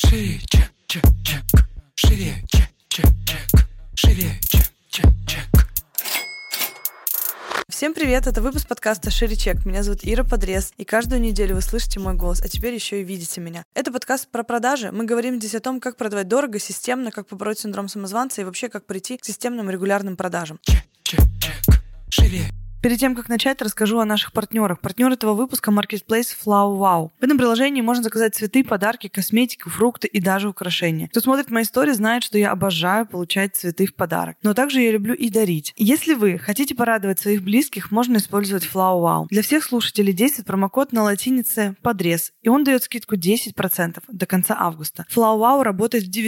Шире, чек, чек, чек. Шире, чек, чек, чек. Шире, чек, чек, чек. Всем привет, это выпуск подкаста «Шире чек». Меня зовут Ира Подрез, и каждую неделю вы слышите мой голос, а теперь еще и видите меня. Это подкаст про продажи. Мы говорим здесь о том, как продавать дорого, системно, как побороть синдром самозванца и вообще как прийти к системным регулярным продажам. Чек, чек, чек. Шире. Перед тем, как начать, расскажу о наших партнерах. Партнер этого выпуска — Marketplace FlowWow. В этом приложении можно заказать цветы, подарки, косметику, фрукты и даже украшения. Кто смотрит мои истории, знает, что я обожаю получать цветы в подарок. Но также я люблю и дарить. Если вы хотите порадовать своих близких, можно использовать FlowWow. Для всех слушателей действует промокод на латинице «Подрез», и он дает скидку 10% до конца августа. FlowWow работает в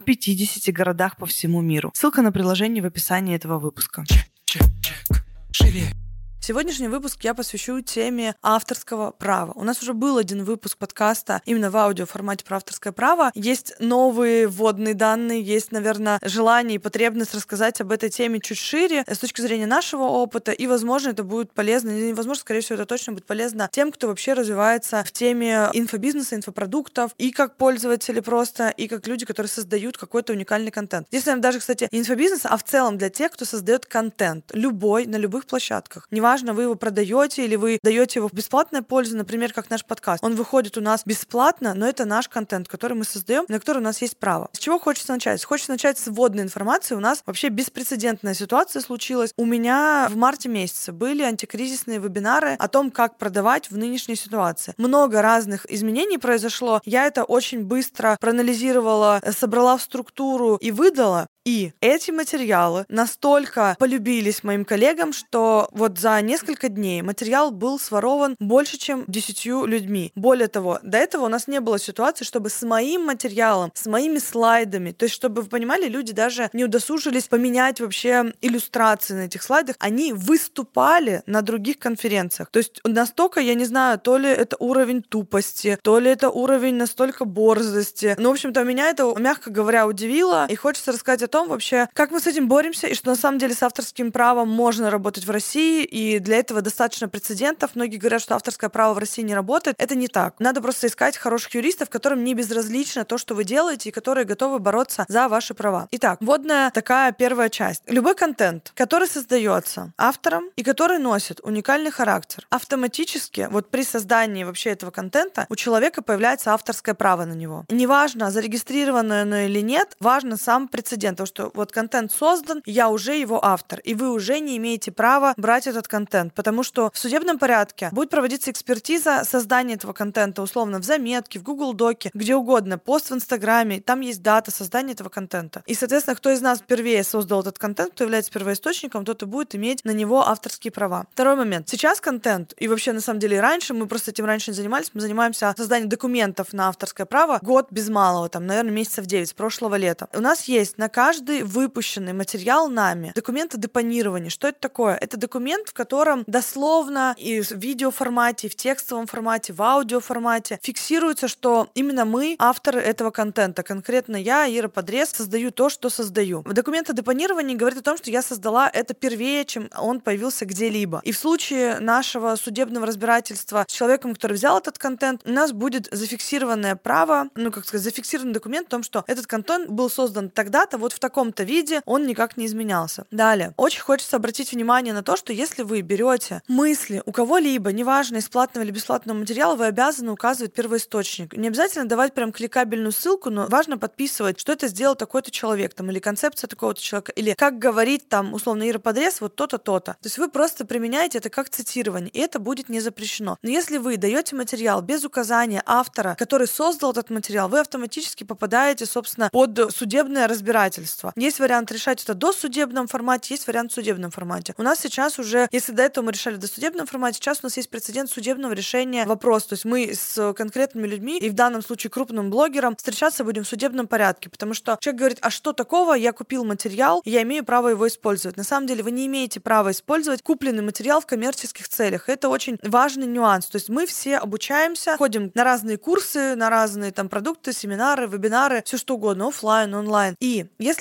950 городах по всему миру. Ссылка на приложение в описании этого выпуска. Чек, чек, чек. Шире. Сегодняшний выпуск я посвящу теме авторского права. У нас уже был один выпуск подкаста именно в аудиоформате про авторское право. Есть новые вводные данные, есть, наверное, желание и потребность рассказать об этой теме чуть шире с точки зрения нашего опыта, и, возможно, это будет полезно, невозможно, скорее всего, это точно будет полезно тем, кто вообще развивается в теме инфобизнеса, инфопродуктов, и как пользователи просто, и как люди, которые создают какой-то уникальный контент. Здесь, наверное, даже, кстати, не инфобизнес, а в целом для тех, кто создает контент, любой, на любых площадках. Неважно, вы его продаете или вы даете его в бесплатное пользу, например, как наш подкаст. Он выходит у нас бесплатно, но это наш контент, который мы создаем, на который у нас есть право. С чего хочется начать? Хочется начать с вводной информации. У нас вообще беспрецедентная ситуация случилась. У меня в марте месяце были антикризисные вебинары о том, как продавать в нынешней ситуации. Много разных изменений произошло. Я это очень быстро проанализировала, собрала в структуру и выдала. И эти материалы настолько полюбились моим коллегам, что вот за несколько дней материал был сворован больше, чем 10 людьми. Более того, до этого у нас не было ситуации, чтобы с моим материалом, с моими слайдами, то есть чтобы вы понимали, люди даже не удосужились поменять вообще иллюстрации на этих слайдах, они выступали на других конференциях. То есть настолько, я не знаю, то ли это уровень тупости, то ли это уровень настолько борзости. Ну, в общем-то, меня это, мягко говоря, удивило, и хочется рассказать о том вообще, как мы с этим боремся, и что на самом деле с авторским правом можно работать в России, и для этого достаточно прецедентов. Многие говорят, что авторское право в России не работает. Это не так. Надо просто искать хороших юристов, которым не безразлично то, что вы делаете, и которые готовы бороться за ваши права. Итак, вводная такая первая часть. Любой контент, который создается автором и который носит уникальный характер, автоматически, вот при создании вообще этого контента, у человека появляется авторское право на него. Неважно, зарегистрировано оно или нет, важно сам прецедент. Потому что вот контент создан, я уже его автор, и вы уже не имеете права брать этот контент, потому что в судебном порядке будет проводиться экспертиза создания этого контента, условно, в заметке, в Google Доке, где угодно, пост в Инстаграме, там есть дата создания этого контента. И, соответственно, кто из нас впервые создал этот контент, кто является первоисточником, тот и будет иметь на него авторские права. Второй момент. Сейчас контент, и вообще, на самом деле, и раньше, мы просто этим раньше не занимались, мы занимаемся созданием документов на авторское право год без малого, там, наверное, месяцев 9 с прошлого лета. У нас есть на каждый выпущенный материал нами документ о депонировании. Что это такое? Это документ, в котором дословно и в видеоформате, и в текстовом формате, в аудиоформате фиксируется, что именно мы авторы этого контента. Конкретно я, Ира Подрез, создаю то, что создаю. Документ о депонировании говорит о том, что я создала это первее, чем он появился где-либо. И в случае нашего судебного разбирательства с человеком, который взял этот контент, у нас будет зафиксированное право, зафиксированный документ о том, что этот контент был создан тогда-то, вот в таком-то виде, он никак не изменялся. Далее. Очень хочется обратить внимание на то, что если вы берете мысли у кого-либо, неважно, из платного или бесплатного материала, вы обязаны указывать первоисточник. Не обязательно давать прям кликабельную ссылку, но важно подписывать, что это сделал такой-то человек, там, или концепция такого-то человека, или как говорит там, условно, Ира Подрез, вот то-то, то-то. То есть вы просто применяете это как цитирование, и это будет не запрещено. Но если вы даете материал без указания автора, который создал этот материал, вы автоматически попадаете, собственно, под судебное разбирательство. Есть вариант решать это в досудебном формате, есть вариант в судебном формате. У нас сейчас уже, если до этого мы решали в досудебном формате, сейчас у нас есть прецедент судебного решения вопроса. То есть мы с конкретными людьми, и в данном случае крупным блогером, встречаться будем в судебном порядке, потому что человек говорит, а что такого, я купил материал, я имею право его использовать. На самом деле вы не имеете права использовать купленный материал в коммерческих целях. Это очень важный нюанс. То есть мы все обучаемся, ходим на разные курсы, на разные там продукты, семинары, вебинары, все что угодно, офлайн, онлайн. И если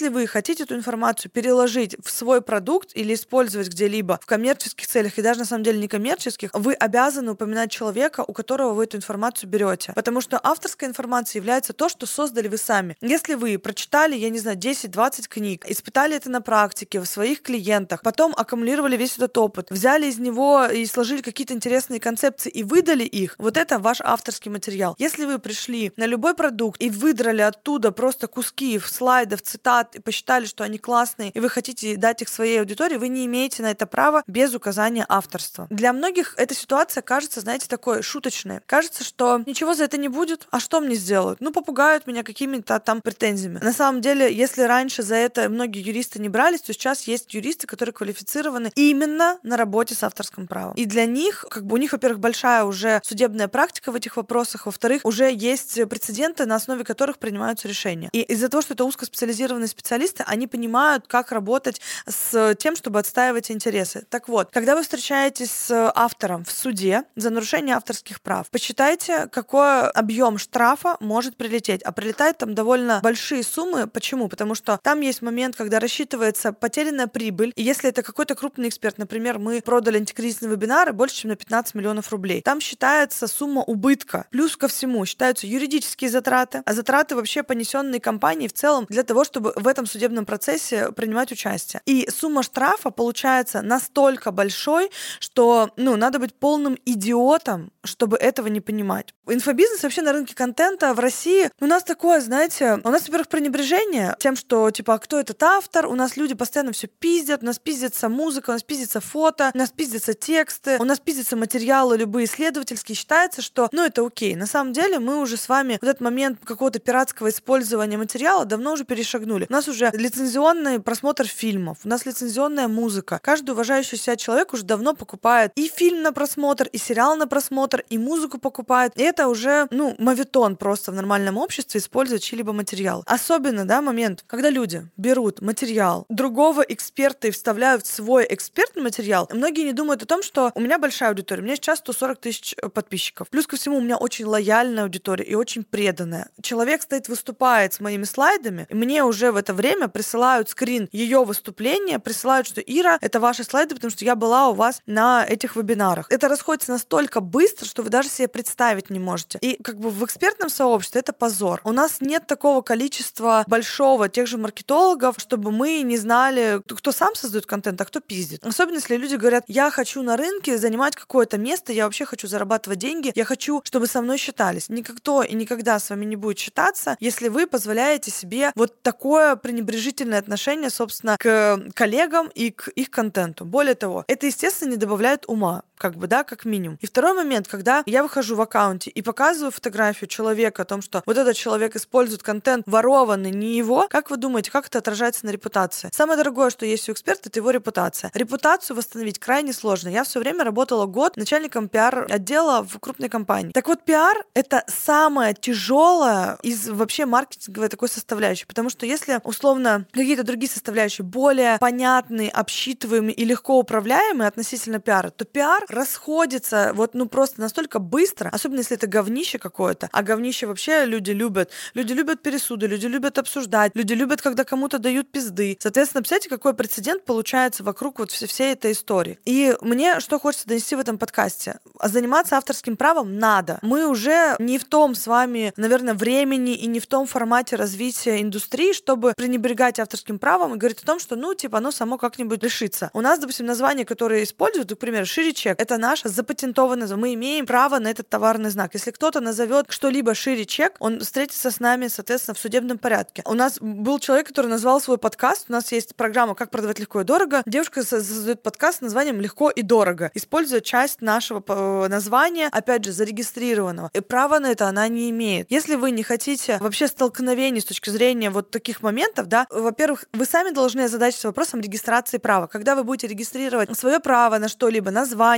Если вы хотите эту информацию переложить в свой продукт или использовать где-либо в коммерческих целях и даже на самом деле некоммерческих, вы обязаны упоминать человека, у которого вы эту информацию берете. Потому что авторская информация является то, что создали вы сами. Если вы прочитали, я не знаю, 10-20 книг, испытали это на практике, в своих клиентах, потом аккумулировали весь этот опыт, взяли из него и сложили какие-то интересные концепции и выдали их, вот это ваш авторский материал. Если вы пришли на любой продукт и выдрали оттуда просто куски слайдов, цитат и посчитали, что они классные, и вы хотите дать их своей аудитории, вы не имеете на это права без указания авторства. Для многих эта ситуация кажется, знаете, такой шуточной. Кажется, что ничего за это не будет, а что мне сделают? Ну, попугают меня какими-то там претензиями. На самом деле, если раньше за это многие юристы не брались, то сейчас есть юристы, которые квалифицированы именно на работе с авторским правом. И для них, у них, во-первых, большая уже судебная практика в этих вопросах, во-вторых, уже есть прецеденты, на основе которых принимаются решения. И из-за того, что это узкоспециализированные специалисты, они понимают, как работать с тем, чтобы отстаивать интересы. Так вот, когда вы встречаетесь с автором в суде за нарушение авторских прав, посчитайте, какой объем штрафа может прилететь. А прилетает там довольно большие суммы. Почему? Потому что там есть момент, когда рассчитывается потерянная прибыль. И если это какой-то крупный эксперт, например, мы продали антикризисные вебинары больше, чем на 15 миллионов рублей, там считается сумма убытка. Плюс ко всему считаются юридические затраты, а затраты вообще понесенные компанией в целом для того, чтобы в этом судебном процессе принимать участие. И сумма штрафа получается настолько большой, что надо быть полным идиотом, чтобы этого не понимать. Инфобизнес вообще на рынке контента в России у нас такое, знаете, у нас, во-первых, пренебрежение тем, что, а кто этот автор? У нас люди постоянно все пиздят, у нас пиздится музыка, у нас пиздится фото, у нас пиздятся тексты, у нас пиздятся материалы любые исследовательские. Считается, что, это окей. На самом деле мы уже с вами в этот момент какого-то пиратского использования материала давно уже перешагнули. У нас уже лицензионный просмотр фильмов, у нас лицензионная музыка. Каждый уважающий себя человек уже давно покупает и фильм на просмотр, и сериал на просмотр, и музыку покупает. И это уже, моветон просто в нормальном обществе использовать чей-либо материал. Особенно, момент, когда люди берут материал другого эксперта и вставляют в свой экспертный материал, многие не думают о том, что у меня большая аудитория, у меня сейчас 140 тысяч подписчиков. Плюс ко всему, у меня очень лояльная аудитория и очень преданная. Человек стоит, выступает с моими слайдами, и мне уже в это время присылают скрин ее выступления, присылают, что Ира, это ваши слайды, потому что я была у вас на этих вебинарах. Это расходится настолько быстро, что вы даже себе представить не можете. И в экспертном сообществе это позор. У нас нет такого количества большого тех же маркетологов, чтобы мы не знали, кто сам создает контент, а кто пиздит. Особенно если люди говорят, я хочу на рынке занимать какое-то место, я вообще хочу зарабатывать деньги, я хочу, чтобы со мной считались. Никто и никогда с вами не будет считаться, если вы позволяете себе вот такое пренебрежительное отношение, собственно, к коллегам и к их контенту. Более того, это, естественно, не добавляет ума, как минимум. И второй момент, когда я выхожу в аккаунте и показываю фотографию человека о том, что вот этот человек использует контент ворованный, не его, как вы думаете, как это отражается на репутации? Самое дорогое, что есть у эксперта, это его репутация. Репутацию восстановить крайне сложно. Я все время работала год начальником пиар-отдела в крупной компании. Так вот, пиар — это самое тяжелое из вообще маркетинговой такой составляющей, потому что если, условно, какие-то другие составляющие более понятные, обсчитываемые и легко управляемые относительно пиара, то пиар расходится просто настолько быстро, особенно если это говнище какое-то. А говнище вообще люди любят. Люди любят пересуды, люди любят обсуждать, люди любят, когда кому-то дают пизды. Соответственно, представляете, какой прецедент получается вокруг всей этой истории. И мне что хочется донести в этом подкасте. Заниматься авторским правом надо. Мы уже не в том с вами, наверное, времени и не в том формате развития индустрии, чтобы пренебрегать авторским правом и говорить о том, что, оно само как-нибудь решится. У нас, допустим, название, которое используют, например, «Шире чек», это наше запатентованное. Мы имеем право на этот товарный знак. Если кто-то назовет что-либо «Шире чек», он встретится с нами, соответственно, в судебном порядке. У нас был человек, который назвал свой подкаст. У нас есть программа «Как продавать легко и дорого». Девушка создает подкаст с названием «Легко и дорого», используя часть нашего названия, опять же, зарегистрированного. И права на это она не имеет. Если вы не хотите вообще столкновений с точки зрения вот таких моментов, во-первых, вы сами должны озадачиться вопросом регистрации права. Когда вы будете регистрировать свое право на что-либо, название,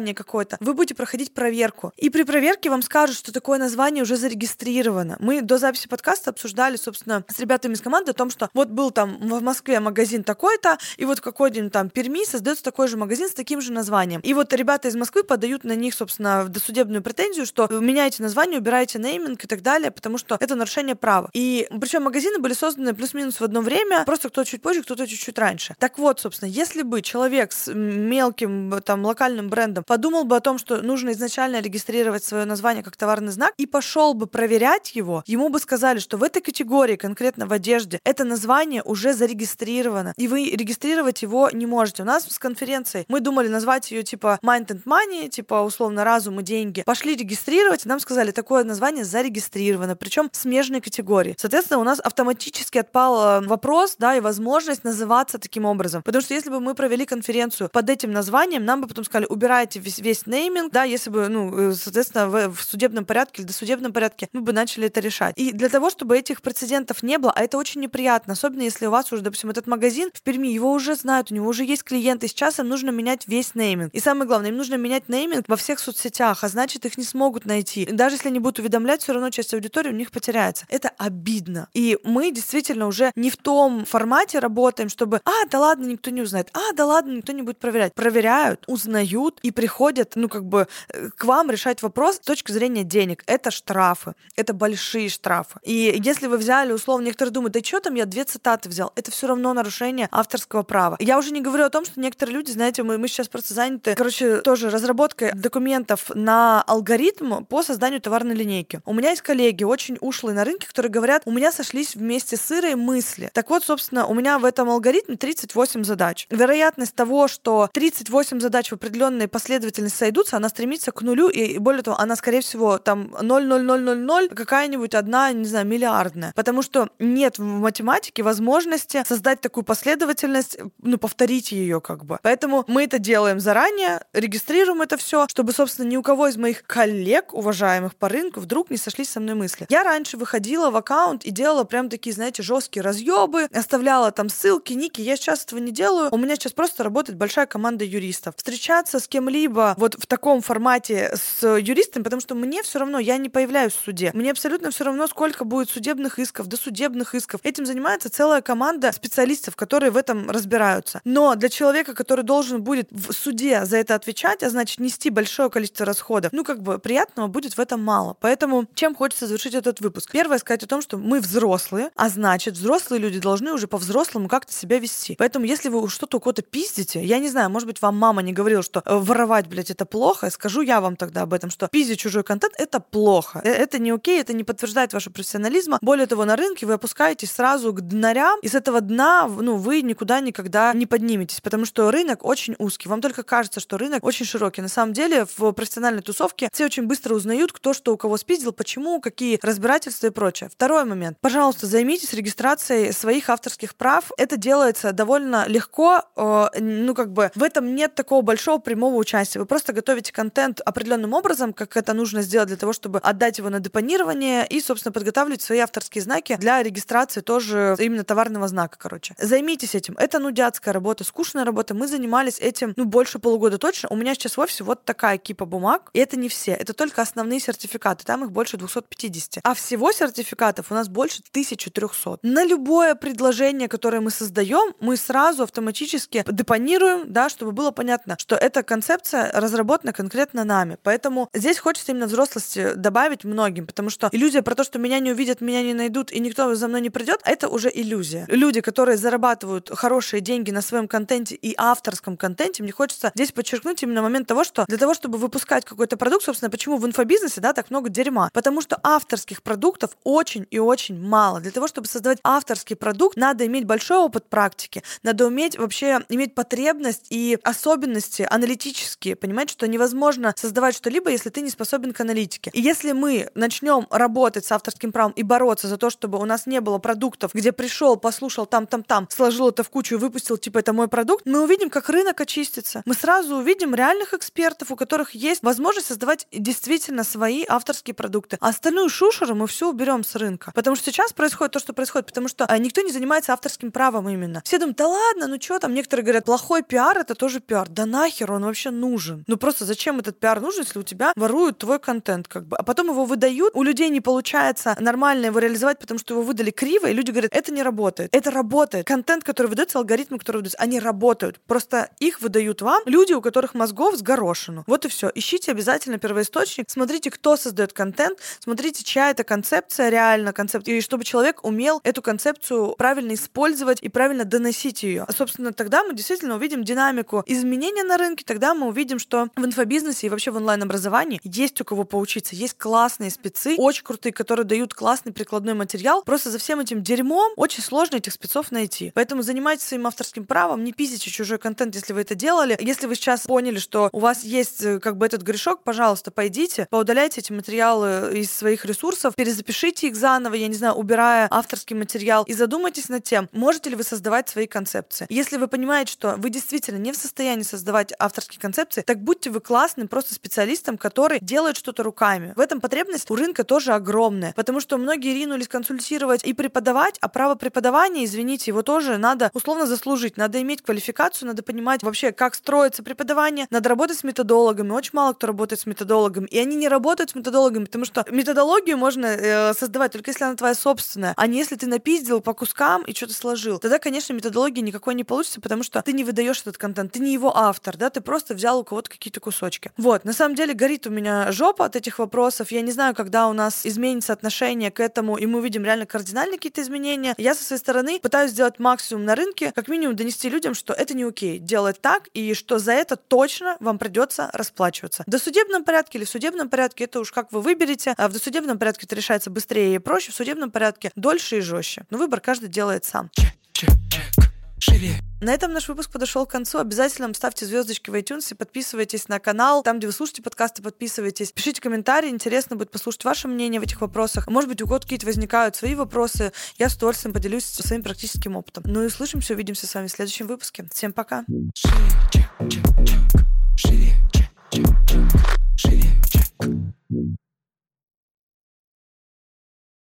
название какое-то, вы будете проходить проверку. И при проверке вам скажут, что такое название уже зарегистрировано. Мы до записи подкаста обсуждали, собственно, с ребятами из команды о том, что вот был там в Москве магазин такой-то, и вот в какой-нибудь там Перми создается такой же магазин с таким же названием. И вот ребята из Москвы подают на них, собственно, досудебную претензию, что меняйте название, убирайте нейминг и так далее, потому что это нарушение права. И причем магазины были созданы плюс-минус в одно время, просто кто-то чуть позже, кто-то чуть-чуть раньше. Так вот, собственно, если бы человек с мелким там локальным брендом подумал бы о том, что нужно изначально регистрировать свое название как товарный знак и пошел бы проверять его, ему бы сказали, что в этой категории, конкретно в одежде, это название уже зарегистрировано, и вы регистрировать его не можете. У нас с конференцией мы думали назвать ее типа Mind and Money, типа условно разум и деньги. Пошли регистрировать, и нам сказали, такое название зарегистрировано, причем смежной категории. Соответственно, у нас автоматически отпал вопрос, да, и возможность называться таким образом. Потому что если бы мы провели конференцию под этим названием, нам бы потом сказали, убирайте весь нейминг, да, если бы, соответственно, в судебном порядке или досудебном порядке мы бы начали это решать. И для того, чтобы этих прецедентов не было, а это очень неприятно, особенно если у вас уже, допустим, этот магазин в Перми, его уже знают, у него уже есть клиенты, сейчас им нужно менять весь нейминг. И самое главное, им нужно менять нейминг во всех соцсетях, а значит, их не смогут найти. И даже если они будут уведомлять, все равно часть аудитории у них потеряется. Это обидно. И мы действительно уже не в том формате работаем, чтобы, да ладно, никто не узнает, да ладно, никто не будет проверять. Проверяют, узнают и приходят, к вам решать вопрос с точки зрения денег. Это штрафы, это большие штрафы. И если вы взяли, условно, некоторые думают, да что там, я 2 цитаты взял, это все равно нарушение авторского права. Я уже не говорю о том, что некоторые люди, знаете, мы сейчас просто заняты, тоже разработкой документов на алгоритм по созданию товарной линейки. У меня есть коллеги, очень ушлые на рынке, которые говорят, у меня сошлись вместе с Ирой мысли. Так вот, собственно, у меня в этом алгоритме 38 задач. Вероятность того, что 38 задач в определенной последовательности сойдутся, она стремится к нулю, и более того, она, скорее всего, там 0,0000 какая-нибудь одна, не знаю, миллиардная. Потому что нет в математике возможности создать такую последовательность, повторить ее как бы. Поэтому мы это делаем заранее, регистрируем это все, чтобы, собственно, ни у кого из моих коллег, уважаемых по рынку, вдруг не сошлись со мной мысли. Я раньше выходила в аккаунт и делала прям такие, знаете, жесткие разъебы, оставляла там ссылки, ники. Я сейчас этого не делаю. У меня сейчас просто работает большая команда юристов. Встречаться с кем-либо вот в таком формате с юристами, потому что мне все равно, я не появляюсь в суде. Мне абсолютно все равно, сколько будет судебных исков, досудебных исков. Этим занимается целая команда специалистов, которые в этом разбираются. Но для человека, который должен будет в суде за это отвечать, а значит нести большое количество расходов, приятного будет в этом мало. Поэтому чем хочется завершить этот выпуск? Первое, сказать о том, что мы взрослые, а значит, взрослые люди должны уже по-взрослому как-то себя вести. Поэтому, если вы что-то у кого-то пиздите, я не знаю, может быть, вам мама не говорила, что воровать, это плохо, скажу я вам тогда об этом, что пиздить чужой контент — это плохо. Это не окей, это не подтверждает вашего профессионализма. Более того, на рынке вы опускаетесь сразу к днарям, и с этого дна, вы никуда никогда не подниметесь, потому что рынок очень узкий. Вам только кажется, что рынок очень широкий. На самом деле, в профессиональной тусовке все очень быстро узнают, кто что у кого спиздил, почему, какие разбирательства и прочее. Второй момент. Пожалуйста, займитесь регистрацией своих авторских прав. Это делается довольно легко. В этом нет такого большого прямого участия. Вы просто готовите контент определенным образом, как это нужно сделать для того, чтобы отдать его на депонирование и, собственно, подготавливать свои авторские знаки для регистрации тоже именно товарного знака, Займитесь этим. Это нудятская работа, скучная работа. Мы занимались этим, больше полугода точно. У меня сейчас в офисе вот такая кипа бумаг, и это не все. Это только основные сертификаты. Там их больше 250. А всего сертификатов у нас больше 1300. На любое предложение, которое мы создаем, мы сразу автоматически депонируем, да, чтобы было понятно, что эта концепция разработана конкретно нами. Поэтому здесь хочется именно взрослости добавить многим, потому что иллюзия про то, что меня не увидят, меня не найдут, и никто за мной не придет, это уже иллюзия. Люди, которые зарабатывают хорошие деньги на своем контенте и авторском контенте, мне хочется здесь подчеркнуть именно момент того, что для того, чтобы выпускать какой-то продукт, собственно, почему в инфобизнесе, так много дерьма? Потому что авторских продуктов очень и очень мало. Для того, чтобы создавать авторский продукт, надо иметь большой опыт практики, надо уметь вообще иметь потребность и особенности аналитические, понимать, что невозможно создавать что-либо, если ты не способен к аналитике. И если мы начнем работать с авторским правом и бороться за то, чтобы у нас не было продуктов, где пришел, послушал там, сложил это в кучу и выпустил, это мой продукт, мы увидим, как рынок очистится. Мы сразу увидим реальных экспертов, у которых есть возможность создавать действительно свои авторские продукты. А остальную шушеру мы все уберем с рынка. Потому что сейчас происходит то, что происходит, потому что никто не занимается авторским правом именно. Все думают, да ладно, что там? Некоторые говорят, плохой пиар — это тоже пиар. Да нахер он вообще нужен? нужен? Ну просто зачем этот пиар нужен, если у тебя воруют твой контент, как бы, а потом его выдают, у людей не получается нормально его реализовать, потому что его выдали криво, и люди говорят, это не работает. Это работает. Контент, который выдается, алгоритмы, которые выдаются, они работают. Просто их выдают вам люди, у которых мозгов с горошину. Вот и все. Ищите обязательно первоисточник, смотрите, кто создает контент, смотрите, чья это концепция, реально концепция, и чтобы человек умел эту концепцию правильно использовать и правильно доносить ее. Собственно, тогда мы действительно увидим динамику изменения на рынке, тогда мы увидим, что в инфобизнесе и вообще в онлайн-образовании есть у кого поучиться, есть классные спецы, очень крутые, которые дают классный прикладной материал. Просто за всем этим дерьмом очень сложно этих спецов найти. Поэтому занимайтесь своим авторским правом, не писите чужой контент, если вы это делали. Если вы сейчас поняли, что у вас есть как бы этот грешок, пожалуйста, пойдите, поудаляйте эти материалы из своих ресурсов, перезапишите их заново, я не знаю, убирая авторский материал, и задумайтесь над тем, можете ли вы создавать свои концепции. Если вы понимаете, что вы действительно не в состоянии создавать авторские концепции, так будьте вы классным просто специалистом, который делает что-то руками. В этом потребность у рынка тоже огромная, потому что многие ринулись консультировать и преподавать, а право преподавания, извините, его тоже надо условно заслужить. Надо иметь квалификацию, надо понимать вообще, как строится преподавание, надо работать с методологами. Очень мало кто работает с методологами, и они не работают с методологами, потому что методологию можно создавать только если она твоя собственная, а не если ты напиздил по кускам и что-то сложил. Тогда, конечно, методологии никакой не получится, потому что ты не выдаешь этот контент, ты не его автор, да, ты просто взял у кого-то какие-то кусочки. Вот, на самом деле горит у меня жопа от этих вопросов. Я не знаю, когда у нас изменится отношение к этому, и мы увидим реально кардинальные какие-то изменения. Я со своей стороны пытаюсь сделать максимум на рынке, как минимум донести людям, что это не окей, делать так, и что за это точно вам придется расплачиваться. В досудебном порядке или в судебном порядке, это уж как вы выберете. А в досудебном порядке это решается быстрее и проще, в судебном порядке дольше и жестче. Но выбор каждый делает сам. На этом наш выпуск подошел к концу. Обязательно ставьте звездочки в iTunes и подписывайтесь на канал. Там, где вы слушаете подкасты, подписывайтесь. Пишите комментарии. Интересно будет послушать ваше мнение в этих вопросах. Может быть, у кого-то какие-то возникают свои вопросы. Я с удовольствием поделюсь своим практическим опытом. Ну и услышимся, увидимся с вами в следующем выпуске. Всем пока. Шире, чек.